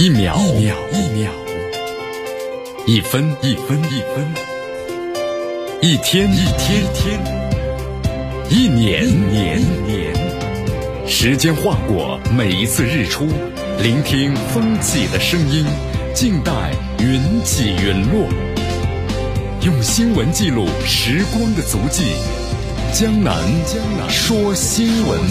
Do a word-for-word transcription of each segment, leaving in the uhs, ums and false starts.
一秒一秒一秒，一分一分一分，一天一天天，一年一年一年。时间划过每一次日出，聆听风起的声音，静待云起云落。用新闻记录时光的足迹，江南说新闻。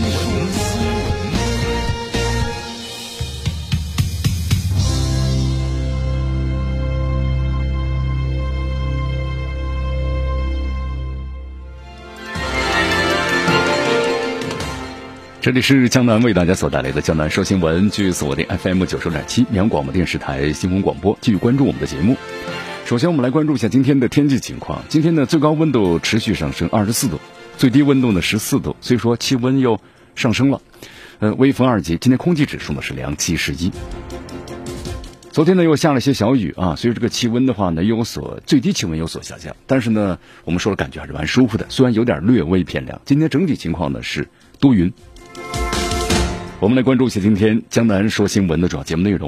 这里是江南为大家所带来的江南说新闻，据锁定 F M 九十六点七绵阳广播电视台新闻广播，继续关注我们的节目。首先我们来关注一下今天的天气情况。今天的最高温度持续上升二十四度，最低温度呢十四度，所以说气温又上升了。呃，微风二级，今天空气指数呢是良七十一。昨天呢又下了些小雨啊，所以这个气温的话呢有所最低气温有所下降，但是呢我们说了感觉还是蛮舒服的，虽然有点略微偏凉。今天整体情况呢是多云。我们来关注一下今天江南说新闻的主要节目内容。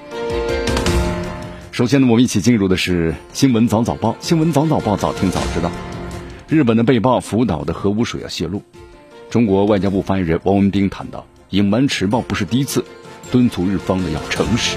首先呢，我们一起进入的是新闻早早报。新闻早早报，早听早知道。日本的被曝福岛的核污水要泄露，中国外交部发言人汪文斌谈到，隐瞒迟报不是第一次，敦促日方呢要诚实。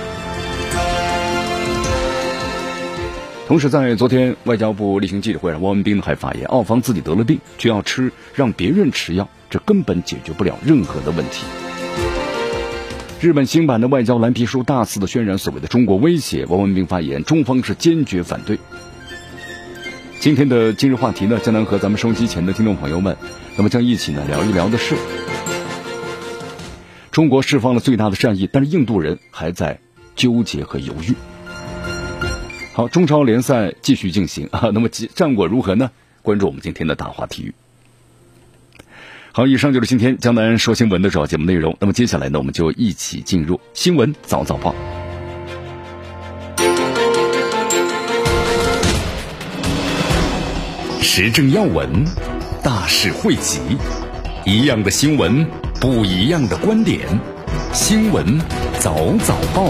同时在昨天外交部例行记者会上，汪文斌还发言，澳方自己得了病却要吃让别人吃药，这根本解决不了任何的问题。日本新版的外交蓝皮书大肆的渲染所谓的中国威胁，汪文斌发言，中方是坚决反对。今天的今日话题呢，江南和咱们收音机前的听众朋友们，那么将一起呢聊一聊的是，中国释放了最大的善意，但是印度人还在纠结和犹豫。好，中超联赛继续进行啊，那么战果如何呢？关注我们今天的大话体育。好，以上就是今天江南说新闻的主要节目内容。那么接下来呢，我们就一起进入新闻早早报。时政要闻，大事汇集，一样的新闻，不一样的观点。新闻早早报。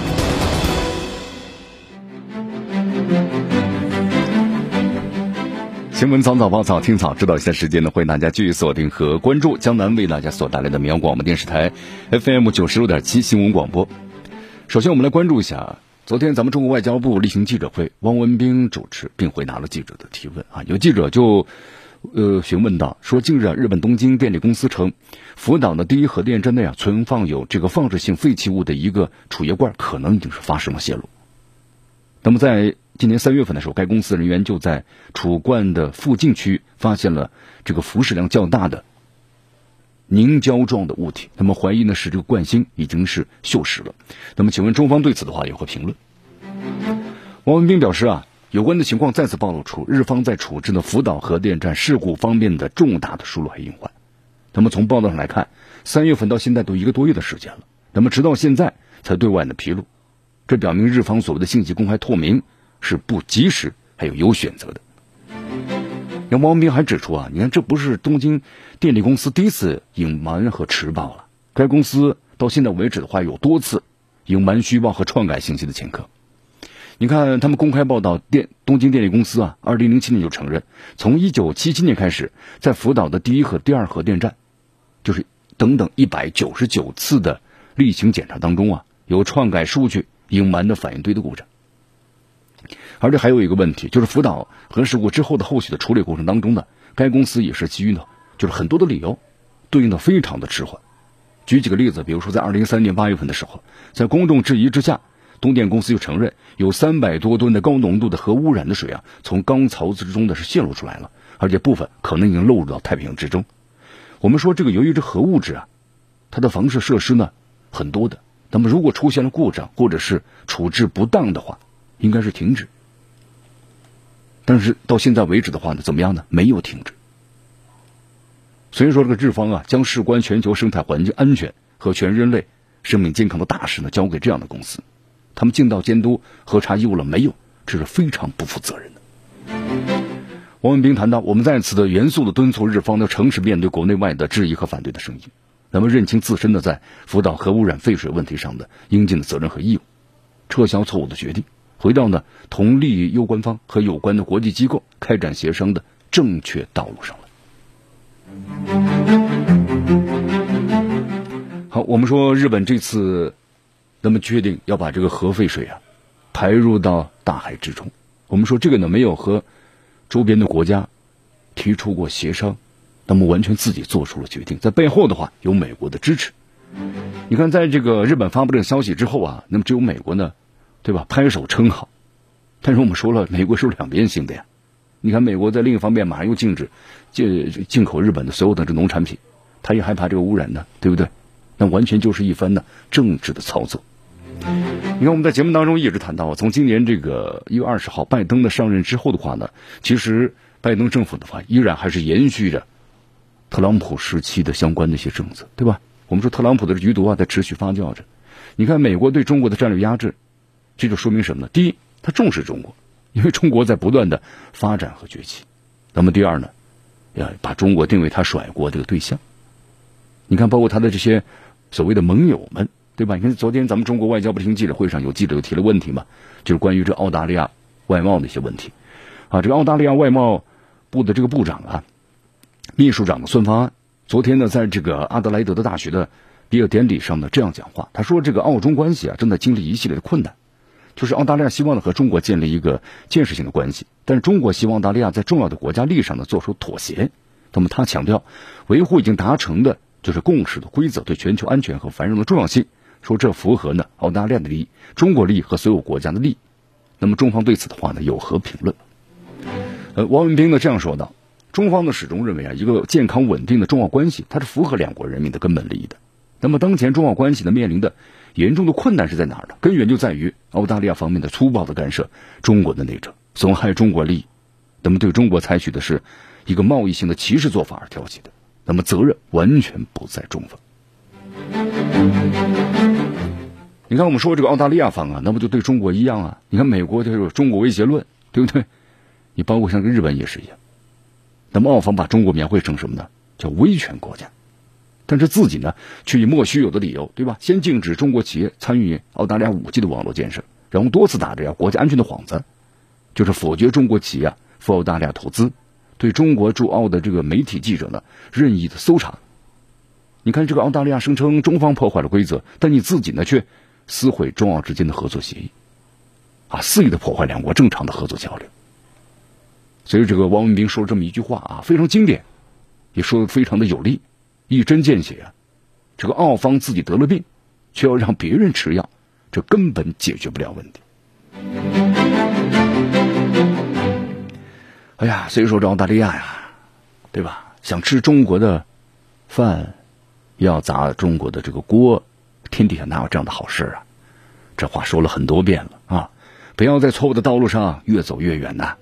新闻早早报，早听早知道。现在时间呢，欢迎大家继续锁定和关注江南为大家所带来的绵阳广播电视台 F M 九十六点七新闻广播。首先我们来关注一下昨天咱们中国外交部例行记者会，汪文斌主持并回答了记者的提问啊。有记者就呃询问到说，近日啊，日本东京电力公司称福岛的第一核电站内啊存放有这个放射性废弃物的一个储液罐可能已经是发生了泄露。那么在今年三月份的时候，该公司人员就在储罐的附近区发现了这个辐射量较大的凝胶状的物体，那么怀疑呢是这个罐芯已经是锈蚀了。那么请问中方对此的话有何评论？汪文斌表示啊，有关的情况再次暴露出日方在处置的福岛核电站事故方面的重大的疏漏和隐患。那么从报道上来看，三月份到现在都一个多月的时间了，那么直到现在才对外的披露，这表明日方所谓的信息公开透明是不及时还有有选择的。那汪文斌还指出啊，你看这不是东京电力公司第一次隐瞒和迟报了，该公司到现在为止的话有多次隐瞒虚报和篡改信息的前科。你看他们公开报道，电东京电力公司啊二零零七年就承认，从一九七七年开始，在福岛的第一和第二核电站就是等等一百九十九次的例行检查当中啊，有篡改数据、隐瞒的反应堆的故障。而且还有一个问题，就是福岛核事故之后的后续的处理过程当中呢，该公司也是基于呢就是很多的理由对应的非常的迟缓。举几个例子，比如说在二零一三年八月份的时候，在公众质疑之下，东电公司就承认有三百多吨的高浓度的核污染的水啊从钢槽之中的是泄露出来了，而且部分可能已经漏入到太平洋之中。我们说这个由于这核物质啊它的防射设施呢很多的，那么如果出现了故障或者是处置不当的话，应该是停止。但是到现在为止的话呢，怎么样呢？没有停止。所以说这个日方啊，将事关全球生态环境安全和全人类生命健康的大事呢，交给这样的公司，他们尽到监督核查义务了没有？这是非常不负责任的。汪文斌谈到，我们再次的严肃的敦促日方的诚实面对国内外的质疑和反对的声音。 咱们认清自身的在福岛核污染废水问题上的应尽的责任和义务，撤销错误的决定，回到呢同利益攸关方和有关的国际机构开展协商的正确道路上来。好，我们说日本这次那么决定要把这个核废水啊排入到大海之中，我们说这个呢没有和周边的国家提出过协商，那么完全自己做出了决定，在背后的话有美国的支持。你看在这个日本发布这个消息之后啊，那么只有美国呢对吧拍手称好，但是我们说了美国是两边性的呀，你看美国在另一方面马上又禁止进进口日本的所有的这农产品，他也害怕这个污染呢，对不对？那完全就是一番呢政治的操作。你看我们在节目当中一直谈到，从今年这个一月二十号拜登的上任之后的话呢，其实拜登政府的话依然还是延续着特朗普时期的相关的一些政策，对吧？我们说特朗普的余毒啊在持续发酵着。你看美国对中国的战略压制，这就说明什么呢？第一，他重视中国，因为中国在不断的发展和崛起。那么第二呢，要把中国定为他甩锅这个对象。你看包括他的这些所谓的盟友们，对吧？你看昨天咱们中国外交部听记者会上有记者就提了问题嘛，就是关于这澳大利亚外贸的一些问题啊。这个澳大利亚外贸部的这个部长啊，秘书长的孙方安，昨天呢在这个阿德莱德的大学的毕业典礼上呢这样讲话，他说这个澳中关系啊正在经历一系列的困难，就是澳大利亚希望呢和中国建立一个建设性的关系，但是中国希望澳大利亚在重要的国家利益上呢做出妥协。那么他强调维护已经达成的就是共识的规则对全球安全和繁荣的重要性，说这符合呢澳大利亚的利益、中国利益和所有国家的利益。那么中方对此的话呢有何评论？呃，王文斌呢这样说道，中方呢始终认为啊，一个健康稳定的中澳关系，它是符合两国人民的根本利益的。那么当前中澳关系呢面临的严重的困难是在哪儿呢？根源就在于澳大利亚方面的粗暴的干涉中国的内政，损害中国利益，那么对中国采取的是一个贸易性的歧视做法而挑起的，那么责任完全不在中方。你看我们说这个澳大利亚方啊，那不就对中国一样啊？你看美国就是中国威胁论，对不对？你包括像日本也是一样。那么澳方把中国描绘成什么呢？叫威权国家，但是自己呢却以莫须有的理由，对吧？先禁止中国企业参与澳大利亚 五 G 的网络建设，然后多次打着呀国家安全的幌子，就是否决中国企业啊赴澳大利亚投资，对中国驻澳的这个媒体记者呢任意的搜查。你看这个澳大利亚声称中方破坏了规则，但你自己呢却撕毁中澳之间的合作协议，啊，肆意的破坏两国正常的合作交流。所以这个王文斌说了这么一句话啊，非常经典，也说的非常的有力，一针见血啊。这个澳方自己得了病，却要让别人吃药，这根本解决不了问题。哎呀，所以说这澳大利亚呀，对吧？想吃中国的饭，要砸中国的这个锅，天底下哪有这样的好事啊？这话说了很多遍了啊！不要在错误的道路上越走越远呐。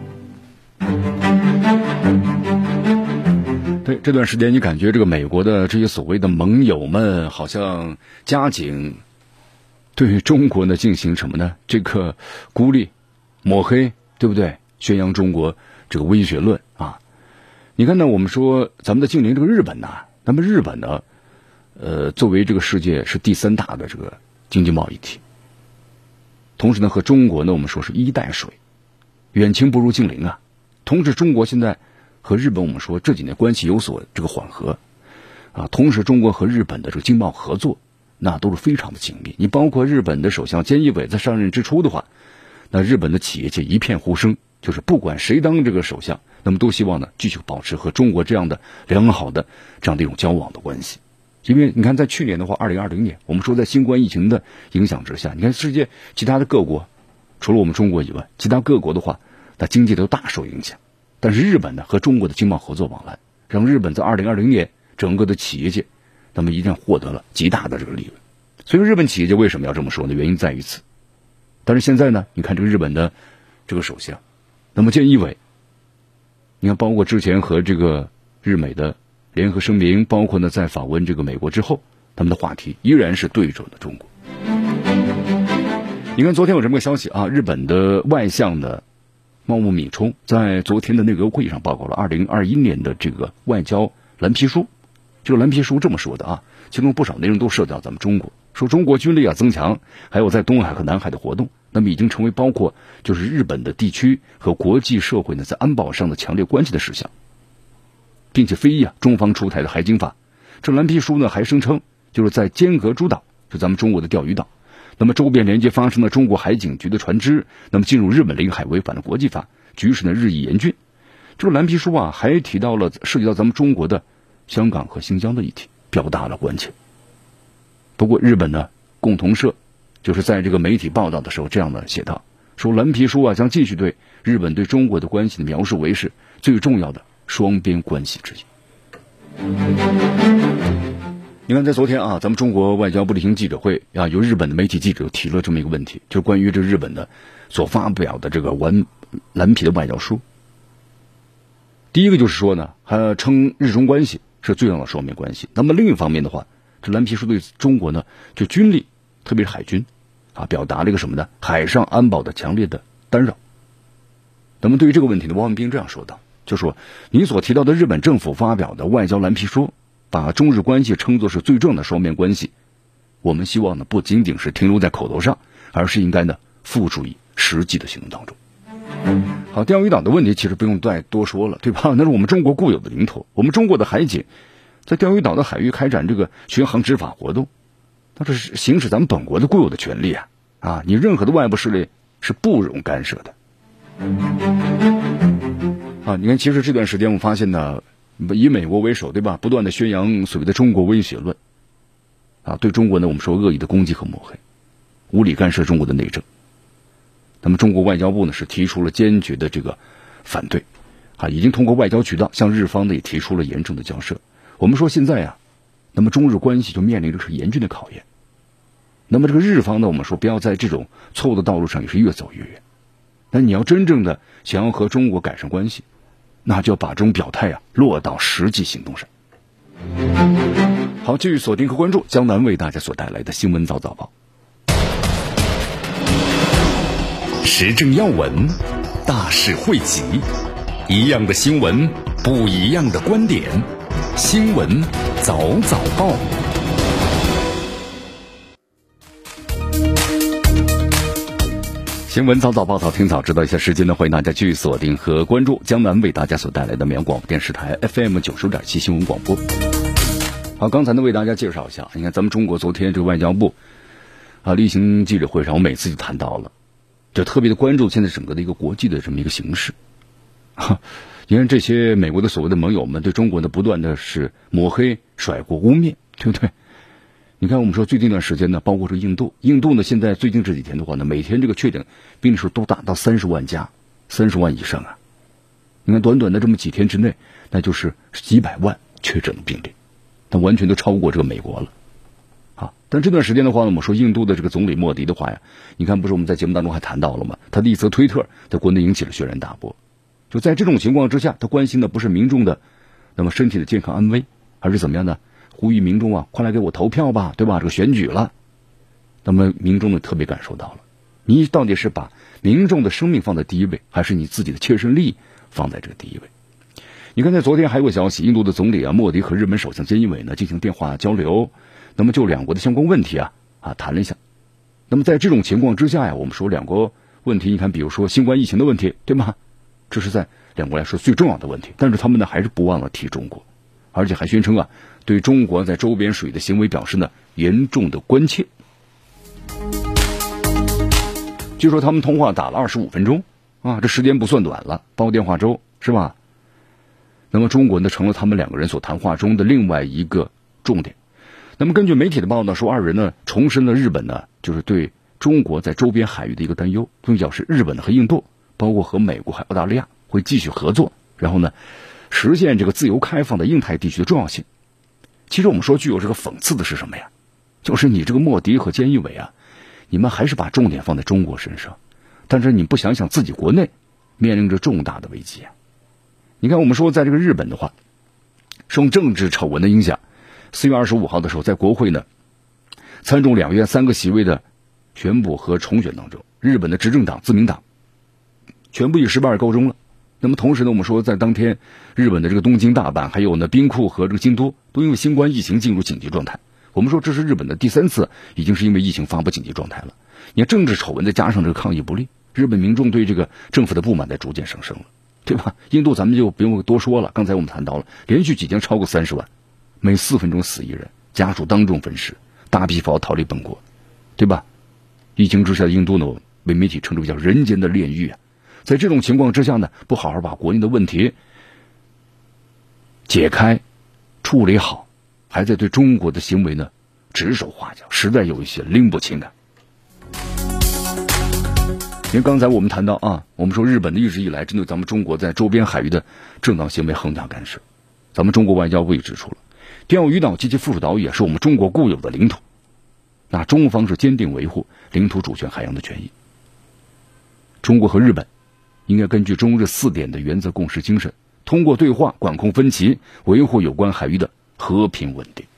对，这段时间你感觉这个美国的这些所谓的盟友们，好像加紧对中国呢进行什么呢？这个孤立、抹黑，对不对？宣扬中国这个威胁论啊！你看呢，我们说咱们的近邻这个日本呐，那么日本呢，呃，作为这个世界是第三大的这个经济贸易体，同时呢和中国呢我们说是一带水，远亲不如近邻啊。同时中国现在和日本我们说这几年关系有所这个缓和啊，同时中国和日本的这个经贸合作那都是非常的紧密。你包括日本的首相菅义伟在上任之初的话，那日本的企业界一片呼声，就是不管谁当这个首相，那么都希望呢继续保持和中国这样的良好的这样的一种交往的关系。因为你看在去年的话二零二零年我们说在新冠疫情的影响之下，你看世界其他的各国除了我们中国以外，其他各国的话那经济都大受影响，但是日本呢和中国的经贸合作往来，让日本在二零二零年整个的企业界那么一定获得了极大的这个利润。所以日本企业界为什么要这么说呢？原因在于此。但是现在呢，你看这个日本的这个首相，那么菅义伟，你看包括之前和这个日美的联合声明，包括呢在访问这个美国之后，他们的话题依然是对准了中国。你看昨天有这么个消息啊，日本的外相的茂木敏充在昨天的内阁会议上报告了二零二一年的这个外交蓝皮书。 这个蓝皮书这么说的啊，其中不少内容都涉及到咱们中国，说中国军力啊增强，还有在东海和南海的活动，那么已经成为包括就是日本的地区和国际社会呢在安保上的强烈关系的事项，并且非议啊中方出台的海警法。这蓝皮书呢还声称，就是在尖阁诸岛，就咱们中国的钓鱼岛，那么周边连接发生了中国海警局的船只，那么进入日本领海违反了国际法，局势呢日益严峻。这个蓝皮书啊还提到了涉及到咱们中国的香港和新疆的议题，表达了关切。不过日本呢共同社就是在这个媒体报道的时候这样的写道，说蓝皮书啊将继续对日本对中国的关系的描述为是最重要的双边关系之一。你看在昨天啊，咱们中国外交部例行记者会啊，有日本的媒体记者提了这么一个问题，就是关于这日本的所发表的这个蓝蓝皮的外交书。第一个就是说呢，还称日中关系是最重要的双边关系。那么另一方面的话，这蓝皮书对中国呢，就军力，特别是海军啊，表达了一个什么呢？海上安保的强烈的干扰。那么对于这个问题呢，汪文斌这样说道，就说你所提到的日本政府发表的外交蓝皮书，把中日关系称作是最重要的双边关系，我们希望呢，不仅仅是停留在口头上，而是应该呢，付诸于实际的行动当中。好，钓鱼岛的问题其实不用再多说了，对吧？那是我们中国固有的领土，我们中国的海警在钓鱼岛的海域开展这个巡航执法活动，那这是行使咱们本国的固有的权利啊！啊，你任何的外部势力是不容干涉的。啊，你看，其实这段时间我发现呢，以美国为首，对吧？不断的宣扬所谓的中国威胁论，啊，对中国呢，我们说恶意的攻击和抹黑，无理干涉中国的内政。那么中国外交部呢是提出了坚决的这个反对，啊，已经通过外交渠道向日方呢也提出了严正的交涉。我们说现在呀，那么中日关系就面临着是严峻的考验。那么这个日方呢，我们说不要在这种错误的道路上也是越走越远。那你要真正的想要和中国改善关系，那就要把这种表态啊落到实际行动上。好，继续锁定和关注江南为大家所带来的新闻早早报。 时政要闻，大事汇集，一样的新闻，不一样的观点。新闻早早报。 新闻早早报，早听早知道一下时间呢，欢迎大家继续锁定和关注江南为大家所带来的绵阳广播电视台 F M 九十五点七新闻广播。好，刚才呢为大家介绍一下，你看咱们中国昨天这个外交部啊例行记者会上，我每次就谈到了，就特别的关注现在整个的一个国际的这么一个形势。你看这些美国的所谓的盟友们对中国呢不断的是抹黑、甩锅、污蔑，对不对？你看我们说最近一段时间呢，包括这印度，印度呢现在最近这几天的话呢，每天这个确诊病例数都达到三十万加，三十万以上啊！你看短短的这么几天之内，那就是几百万确诊的病例，它完全都超过这个美国了。啊，但这段时间的话呢，我们说印度的这个总理莫迪的话呀，你看不是我们在节目当中还谈到了吗？他的一则推特在国内引起了轩然大波。就在这种情况之下，他关心的不是民众的那么身体的健康安危，而是怎么样呢？呼吁民众啊，快来给我投票吧，对吧？这个选举了，那么民众呢特别感受到了，你到底是把民众的生命放在第一位，还是你自己的切身利益放在这个第一位？你看，在昨天还有个消息，印度的总理啊莫迪和日本首相菅义伟呢进行电话交流，那么就两国的相关问题啊啊谈了一下。那么在这种情况之下呀，我们说两国问题，你看，比如说新冠疫情的问题，对吗？这是在两国来说最重要的问题，但是他们呢还是不忘了提中国，而且还宣称啊对中国在周边水域的行为表示呢严重的关切。据说他们通话打了二十五分钟啊，这时间不算短了，煲电话粥是吧？那么中国呢成了他们两个人所谈话中的另外一个重点。那么根据媒体的报道说，二人呢重申了日本呢就是对中国在周边海域的一个担忧，并表示日本和印度包括和美国还有澳大利亚会继续合作，然后呢实现这个自由开放的印太地区的重要性。其实我们说具有这个讽刺的是什么呀？就是你这个莫迪和菅义伟啊，你们还是把重点放在中国身上，但是你不想想自己国内面临着重大的危机啊。你看我们说在这个日本的话，受政治丑闻的影响，四月二十五号的时候，在国会呢参众两院三个席位的选补和重选当中，日本的执政党自民党全部以失败而告终了。 那么同时呢，我们说在当天，日本的这个东京、大阪，还有呢兵库和这个京都，都因为新冠疫情进入紧急状态。我们说这是日本的第三次，已经是因为疫情发布紧急状态了。你看政治丑闻再加上这个抗疫不力，日本民众对这个政府的不满在逐渐上升了，对吧？印度咱们就不用多说了，刚才我们谈到了，连续几天超过三十万，每四分钟死一人，家属当众分尸，大批富豪逃离本国，对吧？疫情之下的印度呢，被媒体称之为叫人间的炼狱啊。在这种情况之下呢，不好好把国内的问题解开、处理好，还在对中国的行为呢指手画脚，实在有一些拎不清的。因为刚才我们谈到啊，我们说日本的一直以来针对咱们中国在周边海域的正当行为横加干涉，咱们中国外交部也指出了，钓鱼岛及其附属岛屿是我们中国固有的领土，那中方是坚定维护领土主权、海洋的权益。中国和日本应该根据中日四点的原则共识精神，通过对话管控分歧，维护有关海域的和平稳定。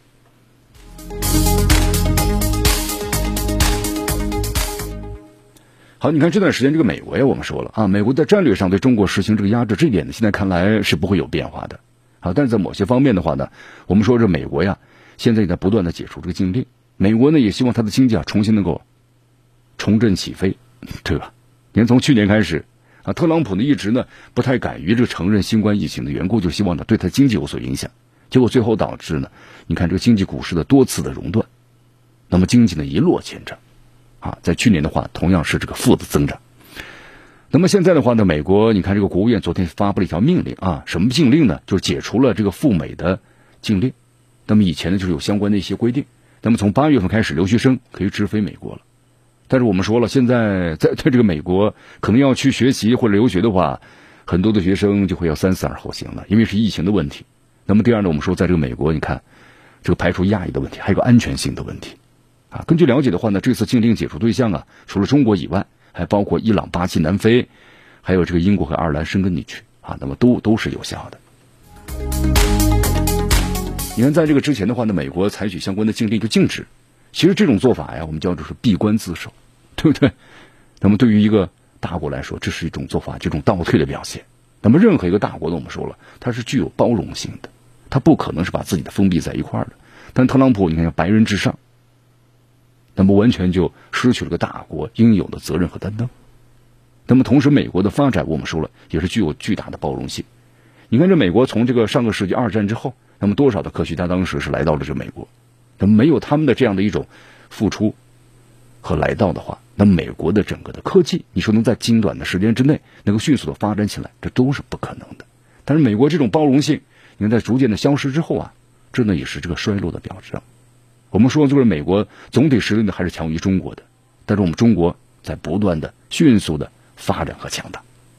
好，你看这段时间这个美国呀，我们说了啊，美国在战略上对中国实行这个压制，这一点呢，现在看来是不会有变化的。啊，但是在某些方面的话呢，我们说这美国呀，现在在不断的解除这个禁令，美国呢也希望它的经济啊重新能够重振起飞，对吧？你看从去年开始啊，特朗普呢一直呢不太敢于这个承认新冠疫情的缘故，就希望呢对他经济有所影响，结果最后导致呢，你看这个经济股市的多次的熔断，那么经济呢一落千丈。啊，在去年的话，同样是这个负的增长。那么现在的话呢，美国你看这个国务院昨天发布了一条命令啊，什么禁令呢？就是解除了这个赴美的禁令。那么以前呢，就是有相关的一些规定。那么从八月份开始，留学生可以直飞美国了。但是我们说了，现在在在这个美国可能要去学习或者留学的话，很多的学生就会要三思而后行了，因为是疫情的问题。那么第二呢，我们说在这个美国，你看这个排除亚裔的问题，还有个安全性的问题。啊，根据了解的话呢，这次禁令解除对象啊，除了中国以外，还包括伊朗、巴西、南非，还有这个英国和爱尔兰申根地区啊，那么都都是有效的。你看，在这个之前的话呢，美国采取相关的禁令就禁止，其实这种做法呀，我们叫做是闭关自守，对不对？那么对于一个大国来说，这是一种做法，这种倒退的表现。那么任何一个大国呢，我们说了，它是具有包容性的，它不可能是把自己的封闭在一块儿的。但特朗普，你看，白人至上。那么完全就失去了个大国应有的责任和担当。那么同时，美国的发展我们说了也是具有巨大的包容性。你看这美国从这个上个世纪二战之后，那么多少的科学家当时是来到了这美国，那么没有他们的这样的一种付出和来到的话，那么美国的整个的科技，你说能在极短的时间之内能够迅速的发展起来，这都是不可能的。但是美国这种包容性，你看在逐渐的消失之后啊，这呢也是这个衰落的表征。我们说，就是美国总体实力呢还是强于中国的，但是我们中国在不断的迅速的发展和强大。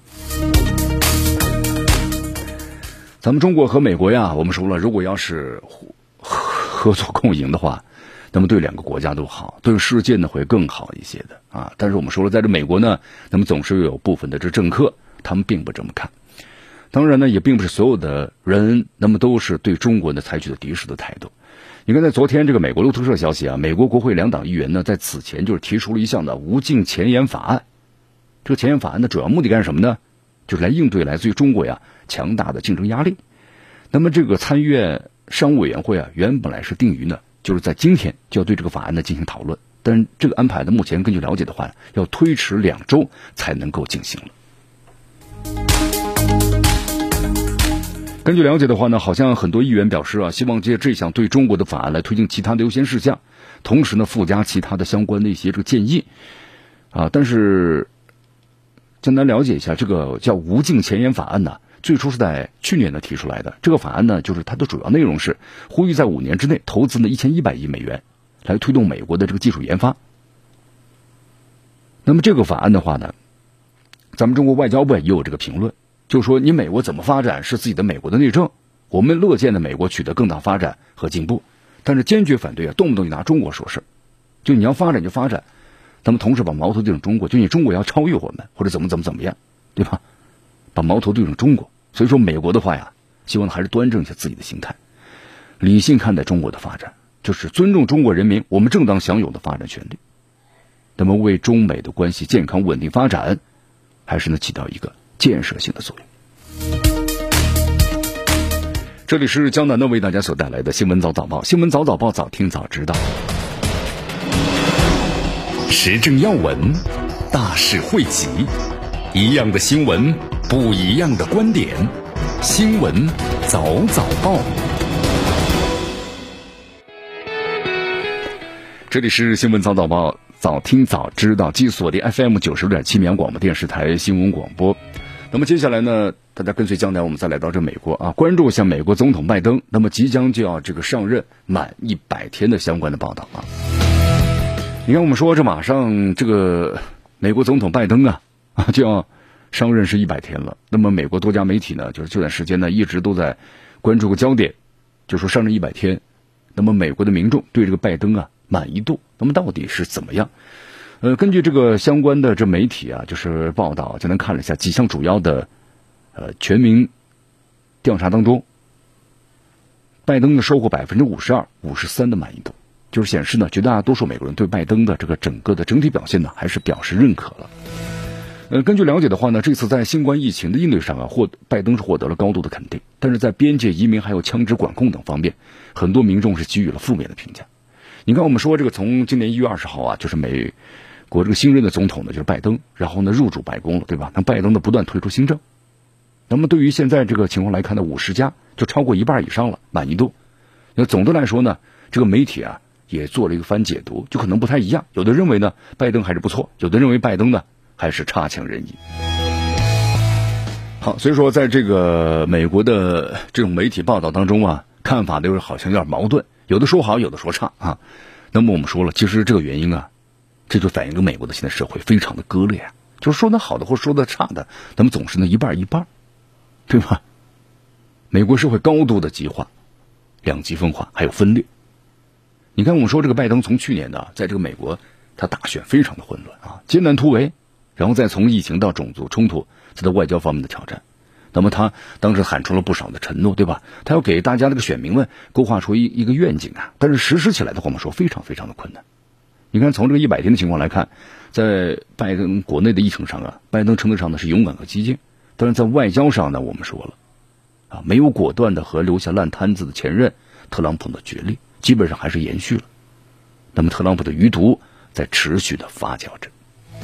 咱们中国和美国呀，我们说了，如果要是合作共赢的话，那么对两个国家都好，对世界呢会更好一些的啊。但是我们说了，在这美国呢，那么总是有部分的这政客，他们并不这么看。当然呢，也并不是所有的人，那么都是对中国呢采取的敌视的态度。你看，在昨天这个美国路透社消息啊，美国国会两党议员呢，在此前就是提出了一项的无尽前沿法案。这个前沿法案的主要目的干什么呢？就是来应对来自于中国呀强大的竞争压力。那么这个参议院商务委员会啊，原本来是定于呢，就是在今天就要对这个法案呢进行讨论，但是这个安排呢，目前根据了解的话，要推迟两周才能够进行了。根据了解的话呢，好像很多议员表示啊，希望借这项对中国的法案来推进其他的优先事项，同时呢附加其他的相关的一些这个建议啊。但是简单了解一下，这个叫无尽前沿法案呢，最初是在去年呢提出来的。这个法案呢，就是它的主要内容是呼吁在五年之内投资呢一千一百亿美元，来推动美国的这个技术研发。那么这个法案的话呢，咱们中国外交部也有这个评论。就说你美国怎么发展是自己的美国的内政，我们乐见的美国取得更大发展和进步，但是坚决反对啊，动不动就拿中国说事，就你要发展就发展，那么同时把矛头对准中国，就你中国要超越我们或者怎么怎么怎么样，对吧？把矛头对准中国。所以说美国的话呀，希望还是端正一下自己的心态，理性看待中国的发展，就是尊重中国人民我们正当享有的发展权利，那么为中美的关系健康稳定发展，还是能起到一个建设性的作用。 这里是江南的为大家所带来的新闻早早报，新闻早早报，早听早知道。 时政要闻，大事汇集，一样的新闻，不一样的观点。新闻早早报， 这里是新闻早早报，早听早知道，继续锁定 F M 九十六点七绵阳广播电视台新闻广播。那么接下来呢，大家跟随江南，我们再来到这美国啊，关注一下美国总统拜登，那么即将就要这个上任满一百天的相关的报道啊。你看，我们说这马上这个美国总统拜登啊啊就要上任是一百天了。那么美国多家媒体呢，就是这段时间呢一直都在关注个焦点，就说上任一百天，那么美国的民众对这个拜登啊满意度，那么到底是怎么样？呃，根据这个相关的这媒体啊，就是报道，简单看了一下几项主要的呃全民调查当中，拜登呢收获百分之五十二、五十三的满意度，就是显示呢，绝大多数美国人对拜登的这个整个的整体表现呢，还是表示认可了。呃，根据了解的话呢，这次在新冠疫情的应对上啊，获拜登是获得了高度的肯定，但是在边界移民还有枪支管控等方面，很多民众是给予了负面的评价。你看，我们说这个从今年一月二十号啊，就是美国这个新任的总统呢，就是拜登，然后呢入主白宫了，对吧？那拜登呢不断推出新政，那么对于现在这个情况来看呢，五十家就超过一半以上了满意度。那总的来说呢，这个媒体啊也做了一个番解读，就可能不太一样。有的认为呢拜登还是不错，有的认为拜登呢还是差强人意。好，所以说在这个美国的这种媒体报道当中啊，看法都是好像有点矛盾，有的说好，有的说差啊。那么我们说了，其实这个原因啊，这就反映了美国的现在社会非常的割裂啊，就是说的好的或说的差的，那么总是呢一半一半，对吧？美国社会高度的极化、两极分化，还有分裂。你看，我们说这个拜登从去年呢，在这个美国他大选非常的混乱啊，艰难突围，然后再从疫情到种族冲突，再到外交方面的挑战。那么他当时喊出了不少的承诺，对吧？他要给大家这个选民们勾画出一一个愿景啊，但是实施起来的话，我们说非常非常的困难。你看，从这个一百天的情况来看，在拜登国内的议程上啊，拜登称得上的是勇敢和激进，但是在外交上呢，我们说了啊，没有果断的和留下烂摊子的前任特朗普的决裂，基本上还是延续了。那么特朗普的余毒在持续的发酵着。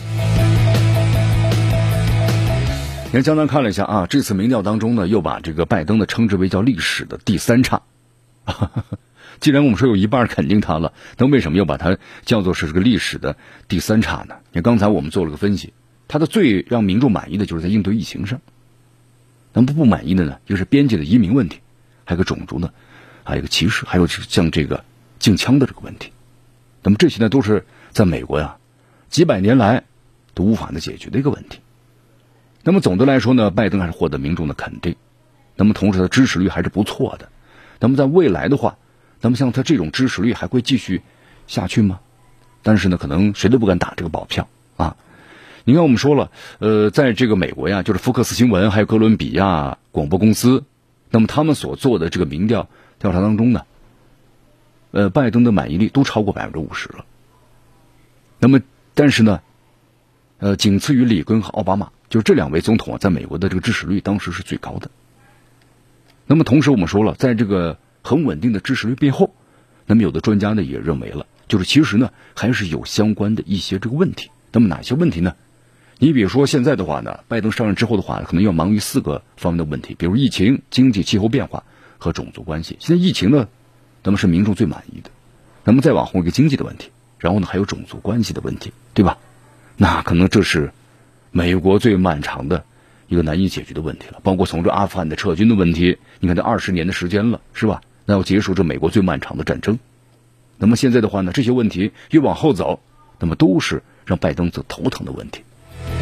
你看，江南看了一下啊，这次民调当中呢，又把这个拜登呢称之为叫历史的第三差。既然我们说有一半肯定他了，那为什么又把它叫做是这个历史的第三差呢？你看刚才我们做了个分析，他的最让民众满意的就是在应对疫情上，那么不满意的呢，就是边界的移民问题，还有个种族呢，还有一个歧视，还有像这个禁枪的这个问题。那么这些呢，都是在美国呀几百年来都无法的解决的一个问题。那么总的来说呢，拜登还是获得民众的肯定，那么同时他的支持率还是不错的。那么在未来的话，那么像他这种支持率还会继续下去吗？但是呢，可能谁都不敢打这个保票啊。你看，我们说了，呃，在这个美国呀，就是福克斯新闻还有哥伦比亚广播公司，那么他们所做的这个民调调查当中呢，呃，拜登的满意率都超过百分之五十了。那么，但是呢，呃，仅次于里根和奥巴马，就是这两位总统啊，在美国的这个支持率当时是最高的。那么同时我们说了，在这个很稳定的支持率背后，那么有的专家呢也认为了，就是其实呢还是有相关的一些这个问题。那么哪些问题呢？你比如说现在的话呢，拜登上任之后的话，可能要忙于四个方面的问题，比如疫情、经济、气候变化和种族关系。现在疫情呢，那么是民众最满意的，那么再往后一个经济的问题，然后呢还有种族关系的问题，对吧？那可能这是美国最漫长的一个难以解决的问题了，包括从这阿富汗的撤军的问题，你看这二十年的时间了，是吧？那要结束这美国最漫长的战争。那么现在的话呢，这些问题越往后走，那么都是让拜登最头疼的问题。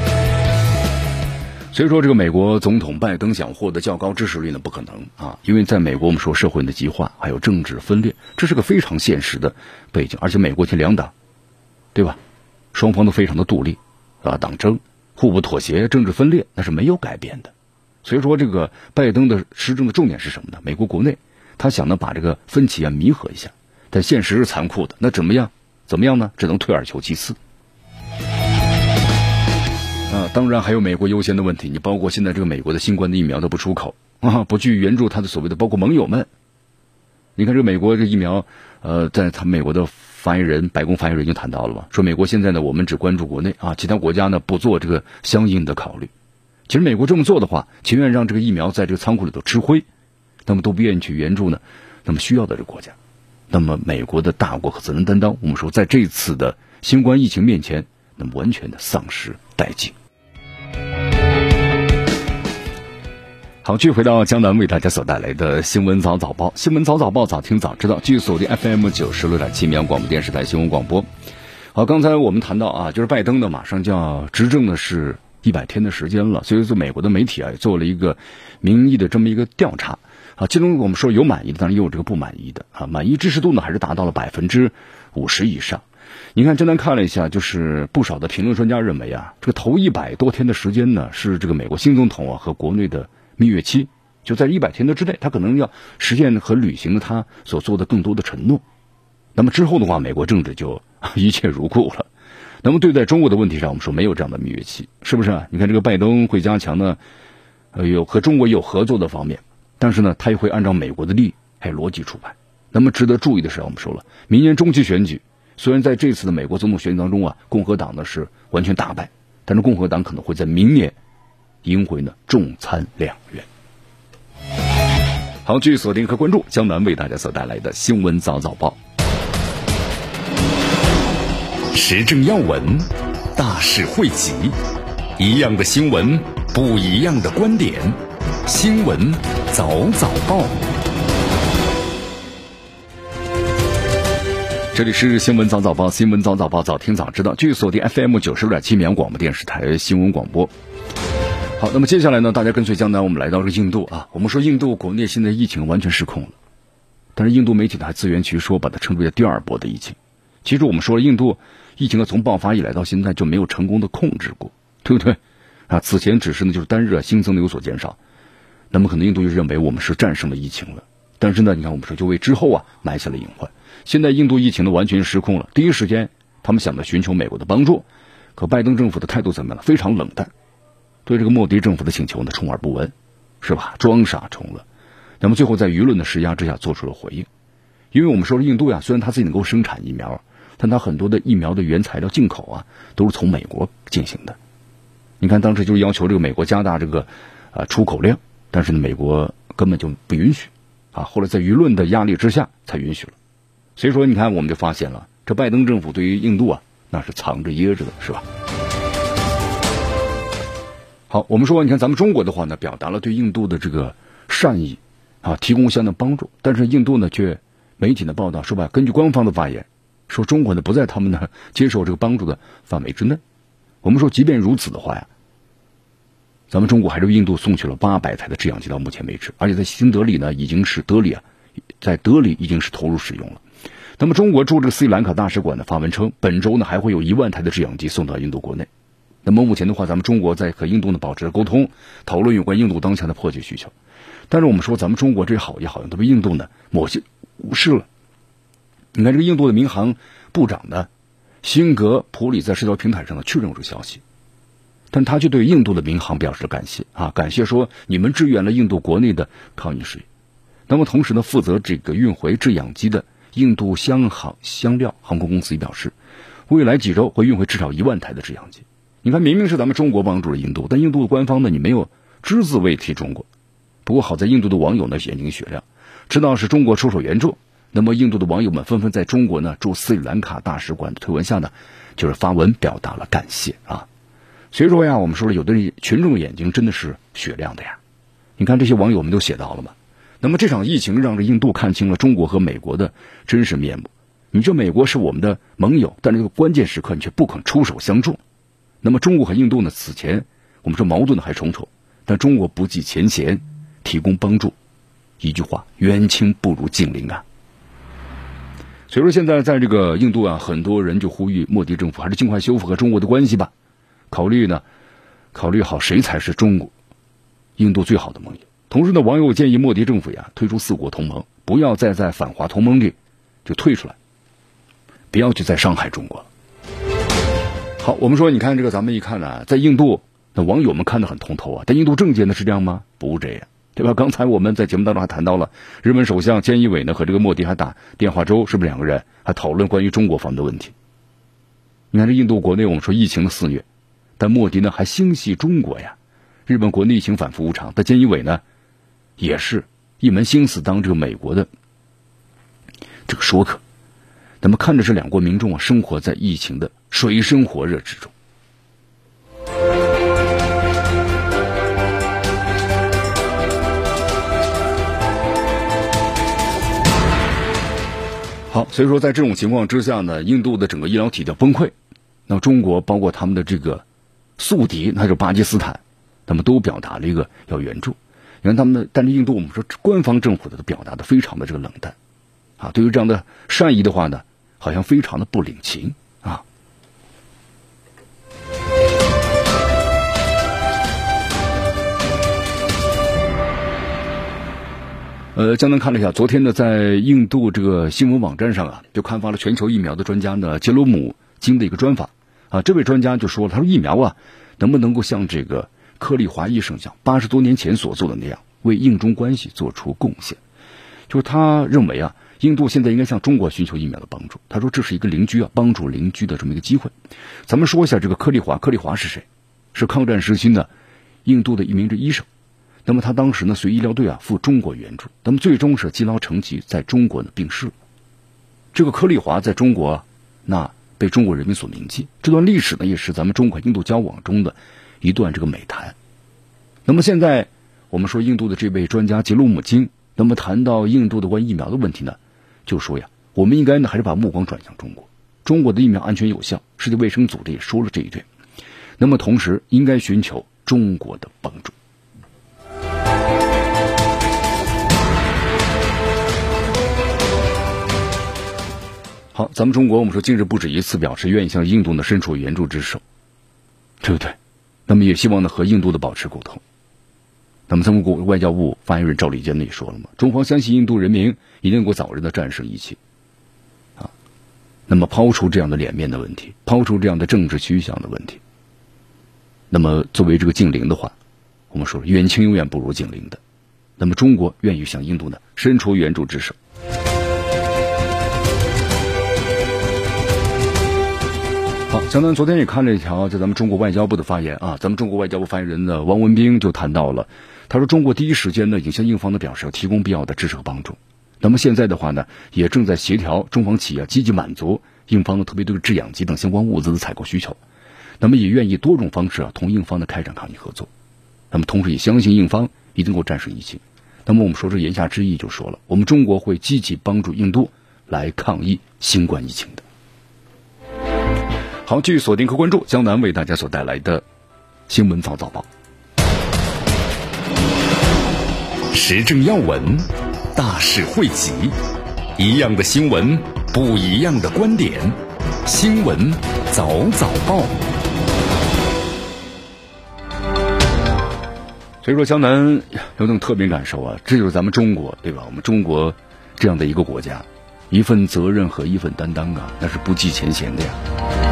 所以说，这个美国总统拜登想获得较高支持率呢，不可能啊，因为在美国我们说社会的极化，还有政治分裂，这是个非常现实的背景。而且美国前两党，对吧？双方都非常的对立啊，党争、互不妥协、政治分裂，那是没有改变的。所以说，这个拜登的施政的重点是什么呢？美国国内他想呢把这个分歧啊弥合一下，但现实是残酷的，那怎么样？怎么样呢？只能退而求其次。啊， 当然还有美国优先的问题，你包括现在这个美国的新冠的疫苗都不出口啊，不去援助他的所谓的包括盟友们。你看这个美国这疫苗，呃，在他美国的发言人白宫发言人已经谈到了嘛，说美国现在呢，我们只关注国内啊，其他国家呢不做这个相应的考虑。其实美国这么做的话，情愿让这个疫苗在这个仓库里头吃灰，那么都不愿意去援助呢，那么需要的这个国家。那么美国的大国和责任担当，我们说在这次的新冠疫情面前，那么完全的丧失殆尽。好，继续回到江南为大家所带来的新闻早早报，新闻早早报，早听早知道，继续锁定 F M 九十六点七绵阳广播电视台新闻广播。好，刚才我们谈到啊，就是拜登呢马上就要执政的是一百天的时间了，所以说美国的媒体啊做了一个民意的这么一个调查啊，其中我们说有满意的，当然也有这个不满意的啊，满意支持度呢还是达到了百分之五十以上。你看，简单看了一下，就是不少的评论专家认为啊，这个头一百多天的时间呢，是这个美国新总统啊和国内的蜜月期，就在一百天的之内，他可能要实现和履行他所做的更多的承诺。那么之后的话，美国政治就一切如故了。那么对待中国的问题上，我们说没有这样的蜜月期，是不是啊？你看这个拜登会加强呢，呃，有和中国有合作的方面，但是呢，他也会按照美国的利益还有逻辑出牌。那么值得注意的是，我们说了，明年中期选举，虽然在这次的美国总统选举当中啊，共和党呢是完全大败，但是共和党可能会在明年赢回呢众参两院。好，继续锁定和关注江南为大家所带来的新闻早早报， 时政要闻，大事汇集，一样的新闻，不一样的观点，新闻早早报。 这里是新闻早早报，新闻早早报，早听早知道，继续锁定 F M 九十六点七绵阳广播电视台新闻广播。好，那么接下来呢，大家跟随江南，我们来到这个印度啊。我们说印度国内现在疫情完全失控了，但是印度媒体呢还自圆其说，把它称之为第二波的疫情。其实我们说了，印度疫情从爆发以来到现在就没有成功的控制过，对不对啊？此前只是呢就是单日新增的有所减少，那么可能印度就认为我们是战胜了疫情了，但是呢，你看我们说就为之后啊埋下了隐患。现在印度疫情呢完全失控了，第一时间他们想着寻求美国的帮助，可拜登政府的态度怎么样呢？非常冷淡，对这个莫迪政府的请求呢充耳不闻，是吧？装傻充愣。那么最后在舆论的施压之下做出了回应。因为我们说了，印度呀，虽然它自己能够生产疫苗，但它很多的疫苗的原材料进口啊都是从美国进行的。你看当时就要求这个美国加大这个啊出口量，但是呢美国根本就不允许啊，后来在舆论的压力之下才允许了。所以说你看我们就发现了，这拜登政府对于印度啊那是藏着掖着的，是吧？好，我们说你看咱们中国的话呢，表达了对印度的这个善意啊，提供相应的帮助，但是印度呢却媒体的报道说吧，根据官方的发言说，中国呢不在他们呢接受这个帮助的范围之内。我们说即便如此的话呀，咱们中国还是为印度送去了八百台的制氧机，到目前为止，而且在新德里呢已经是德里啊，在德里已经是投入使用了。那么中国驻这个斯里兰卡大使馆的发文称，本周呢还会有一万台的制氧机送到印度国内。那么目前的话，咱们中国在和印度呢保持沟通，讨论有关印度当前的迫切需求。但是我们说咱们中国这好也好像都被印度呢某些无视了。你看这个印度的民航部长呢辛格普里在社交平台上呢确认这个消息，但他却对印度的民航表示了感谢啊，感谢说你们支援了印度国内的抗疫事业。那么同时呢，负责这个运回制氧机的印度香航香料航空公司也表示，未来几周会运回至少一万台的制氧机。你看明明是咱们中国帮助了印度，但印度的官方呢你没有只字未提中国。不过好在印度的网友呢眼睛雪亮，知道是中国出手援助，那么印度的网友们纷纷在中国呢驻斯里兰卡大使馆的推文下呢就是发文表达了感谢啊。所以说呀，我们说了，有的群众的眼睛真的是雪亮的呀。你看这些网友们都写到了嘛。那么这场疫情让这印度看清了中国和美国的真实面目。你这美国是我们的盟友，但这个关键时刻你却不肯出手相助。那么中国和印度呢此前我们说矛盾的还重重，但中国不计前嫌提供帮助，一句话，远亲不如近邻啊。所以说现在在这个印度啊，很多人就呼吁莫迪政府还是尽快修复和中国的关系吧，考虑呢考虑好谁才是中国印度最好的盟友。同时呢，网友建议莫迪政府呀推出四国同盟，不要再在反华同盟里就退出来，不要去再伤害中国了。好，我们说你看这个咱们一看呢、啊，在印度那网友们看得很通透啊，但印度政界呢是这样吗？不这样，对吧？刚才我们在节目当中还谈到了日本首相菅义伟呢和这个莫迪还打电话粥，是不是两个人还讨论关于中国方面的问题？你看这印度国内我们说疫情的肆虐，但莫迪呢还心系中国呀。日本国内疫情反复无常，但菅义伟呢也是一门心思当这个美国的这个说客。那么看着这两国民众啊生活在疫情的水深火热之中。好，所以说在这种情况之下呢，印度的整个医疗体系崩溃，那么中国包括他们的这个宿敌，那就巴基斯坦，他们都表达了一个要援助。你看他们的，但是印度我们说官方政府的都表达的非常的这个冷淡啊，对于这样的善意的话呢，好像非常的不领情啊。呃，江南看了一下，昨天呢，在印度这个新闻网站上啊，就刊发了全球疫苗的专家呢杰罗姆金的一个专访啊。这位专家就说了，他说疫苗啊，能不能够像这个柯立华医生讲八十多年前所做的那样，为印中关系做出贡献？就是他认为啊，印度现在应该向中国寻求疫苗的帮助。他说这是一个邻居啊，帮助邻居的这么一个机会。咱们说一下这个柯立华，柯立华是谁？是抗战时期呢印度的一名这医生。那么他当时呢随医疗队啊赴中国援助，那么最终是积劳成疾，在中国呢病逝了。这个柯立华在中国那被中国人民所铭记，这段历史呢也是咱们中国印度交往中的一段这个美谈。那么现在我们说印度的这位专家杰罗姆金，那么谈到印度的关于疫苗的问题呢，就说呀，我们应该呢还是把目光转向中国，中国的疫苗安全有效，世界卫生组织也说了这一点。那么同时应该寻求中国的帮助。好，咱们中国我们说近日不止一次表示愿意向印度呢伸出援助之手，对不对？那么也希望呢和印度的保持沟通。那么咱们国外交部发言人赵立坚呢也说了嘛，中方相信印度人民一定能够早日的战胜一切啊。那么抛出这样的脸面的问题，抛出这样的政治趋向的问题，那么作为这个近邻的话，我们说远亲永远不如近邻的。那么中国愿意向印度呢伸出援助之手。好，江南昨天也看了一条在咱们中国外交部的发言啊，咱们中国外交部发言人呢王文斌就谈到了，他说中国第一时间呢已经向印方的表示要提供必要的支持和帮助。那么现在的话呢，也正在协调中方企业积极满足印方的特别对制氧机等相关物资的采购需求。那么也愿意多种方式啊同印方的开展抗疫合作。那么同时也相信印方一定能够战胜疫情。那么我们说这言下之意就说了，我们中国会积极帮助印度来抗疫新冠疫情的。好，继续锁定和关注江南为大家所带来的新闻早早报， 时政要闻，大事汇集，一样的新闻，不一样的观点，新闻早早报。 所以说江南有种特别感受啊，这就是咱们中国，对吧？我们中国这样的一个国家，一份责任和一份担当啊，那是不计前嫌的呀。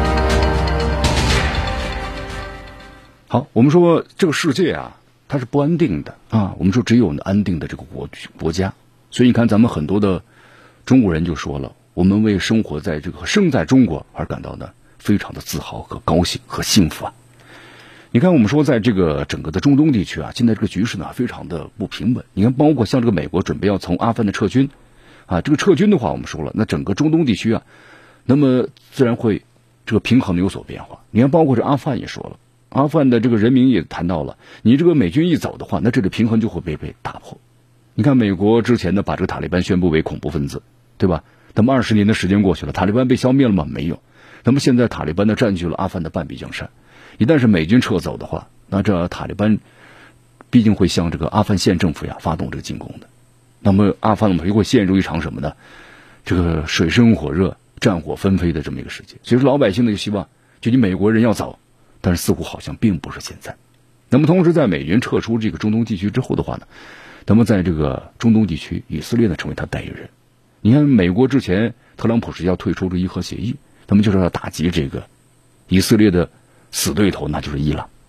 好，我们说这个世界啊，它是不安定的啊。我们说只有安定的这个国国家，所以你看咱们很多的中国人就说了，我们为生活在这个生在中国而感到呢非常的自豪和高兴和幸福啊。你看我们说在这个整个的中东地区啊，现在这个局势呢非常的不平稳。你看包括像这个美国准备要从阿富汗的撤军啊，这个撤军的话我们说了，那整个中东地区啊，那么自然会这个平衡的有所变化。你看包括这阿富汗也说了，阿富汗的这个人民也谈到了，你这个美军一走的话，那这个平衡就会被被打破。你看美国之前呢把这个塔利班宣布为恐怖分子，对吧？那么二十年的时间过去了，塔利班被消灭了吗？没有。那么现在塔利班呢占据了阿富汗的半壁江山，一旦是美军撤走的话，那这塔利班毕竟会向这个阿富汗县政府呀发动这个进攻的。那么阿富汗就会陷入一场什么呢？这个水深火热、战火纷飞的这么一个世界。所以说老百姓呢就希望，就你美国人要走。但是似乎好像并不是现在。那么同时在美军撤出这个中东地区之后的话呢，那么在这个中东地区，以色列呢成为他代言人。你看美国之前特朗普是要退出这伊核协议，他们就是要打击这个以色列的死对头，那就是伊朗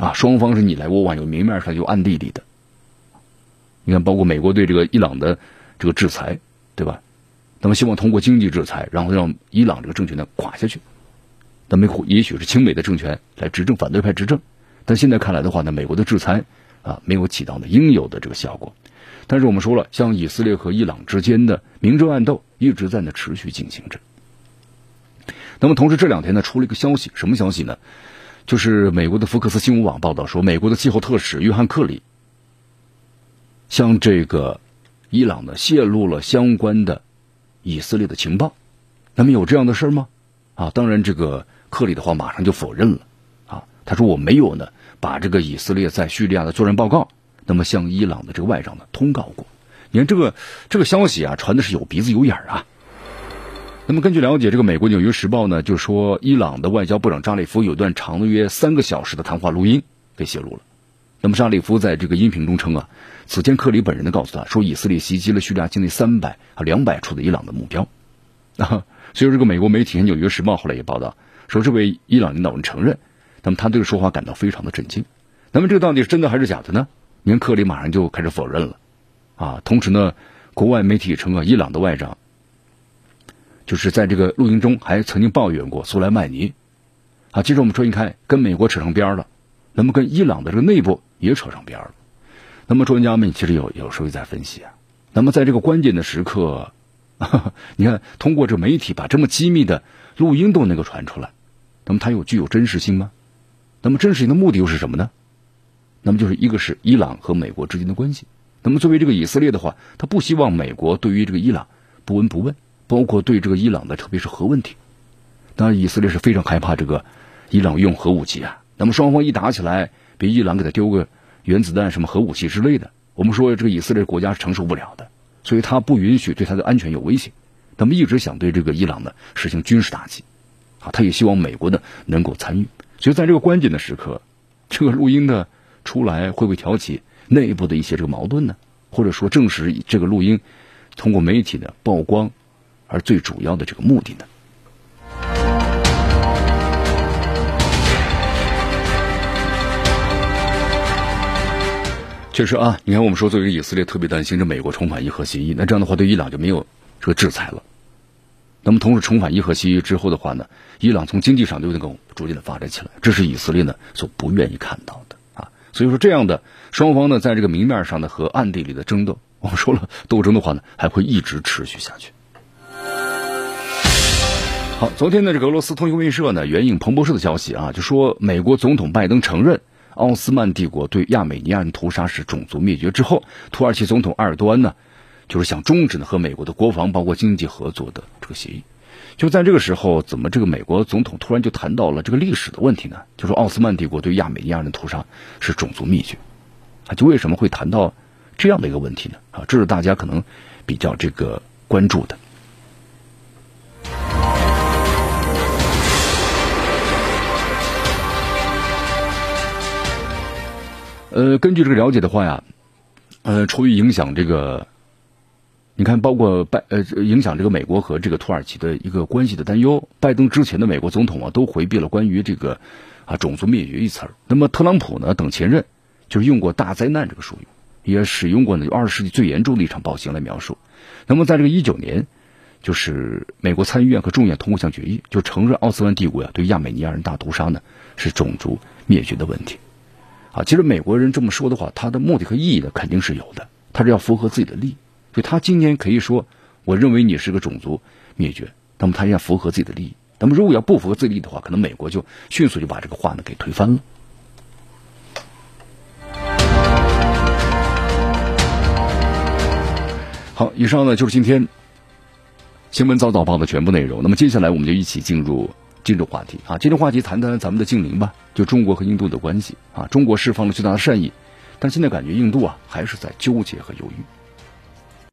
啊，双方是你来我往，有明面上有暗地里的。你看，包括美国对这个伊朗的这个制裁，对吧？那么希望通过经济制裁，然后让伊朗这个政权呢垮下去。那么也许是亲美的政权来执政，反对派执政。但现在看来的话呢，美国的制裁啊没有起到呢应有的这个效果。但是我们说了，像以色列和伊朗之间的明争暗斗一直在呢持续进行着。那么同时这两天呢出了一个消息，什么消息呢？就是美国的福克斯新闻网报道说，美国的气候特使约翰克里向这个伊朗呢泄露了相关的以色列的情报。那么有这样的事吗？啊，当然这个克里的话马上就否认了啊，他说我没有呢把这个以色列在叙利亚的作战报告那么向伊朗的这个外长呢通告过。你看这个这个消息啊传的是有鼻子有眼啊。那么根据了解，这个美国纽约时报呢就说，伊朗的外交部长扎里夫有段长约三个小时的谈话录音给泄露了。那么扎里夫在这个音频中称啊，此前克里本人呢告诉他说，以色列袭击了叙利亚境内三百啊两百处的伊朗的目标啊。所以这个美国媒体纽约时报后来也报道说，这位伊朗领导人承认，那么他对这个说法感到非常的震惊。那么这个到底是真的还是假的呢？你看克里马上就开始否认了啊。同时呢，国外媒体称啊，伊朗的外长就是在这个录音中还曾经抱怨过苏莱曼尼啊。其实我们说，你看跟美国扯上边了，那么跟伊朗的这个内部也扯上边了。那么专家们其实有有时候在分析啊，那么在这个关键的时刻，你看通过这媒体把这么机密的录音都能够传出来，那么它有具有真实性吗？那么真实性的目的又是什么呢？那么就是一个是伊朗和美国之间的关系。那么作为这个以色列的话，他不希望美国对于这个伊朗不闻不问，包括对这个伊朗的特别是核问题。当然以色列是非常害怕这个伊朗用核武器啊。那么双方一打起来，别伊朗给他丢个原子弹什么核武器之类的，我们说这个以色列国家是承受不了的，所以他不允许对他的安全有威胁。那么一直想对这个伊朗呢实行军事打击啊，他也希望美国呢能够参与。所以在这个关键的时刻，这个录音呢出来会不会挑起内部的一些这个矛盾呢？或者说正是这个录音通过媒体的曝光而最主要的这个目的呢？确实啊，你看我们说作为以色列特别担心这美国重返伊核协议，那这样的话对伊朗就没有这个制裁了。那么同时重返伊核协议之后的话呢，伊朗从经济上就能够逐渐的发展起来，这是以色列呢所不愿意看到的啊。所以说这样的双方呢在这个明面上的和暗地里的争斗，我们说了斗争的话呢还会一直持续下去。好，昨天呢这个俄罗斯通讯卫社呢援引彭博社的消息啊，就说美国总统拜登承认奥斯曼帝国对亚美尼亚人屠杀是种族灭绝之后，土耳其总统埃尔多安呢就是想终止呢和美国的国防包括经济合作的这个协议。就在这个时候，怎么这个美国总统突然就谈到了这个历史的问题呢？就说奥斯曼帝国对亚美尼亚人的屠杀是种族灭绝啊，就为什么会谈到这样的一个问题呢？啊，这是大家可能比较这个关注的。呃，根据这个了解的话呀，呃，出于影响这个，你看，包括拜呃影响这个美国和这个土耳其的一个关系的担忧，拜登之前的美国总统啊都回避了关于这个啊种族灭绝一词儿。那么特朗普呢等前任就是用过大灾难这个术语，也使用过呢二十世纪最严重的一场暴行来描述。那么在这个一九年，就是美国参议院和众议院通过一项决议，就承认奥斯曼帝国呀、啊、对亚美尼亚人大屠杀呢是种族灭绝的问题。啊，其实美国人这么说的话，他的目的和意义呢肯定是有的，他是要符合自己的利益。所以他今天可以说，我认为你是个种族灭绝，那么他要符合自己的利益。那么如果要不符合自己的利益的话，可能美国就迅速就把这个话呢给推翻了。好，以上呢就是今天新闻早早报的全部内容。那么接下来我们就一起进入今日话题啊，今日话题谈谈咱们的近邻吧，就中国和印度的关系啊。中国释放了巨大的善意，但现在感觉印度啊还是在纠结和犹豫。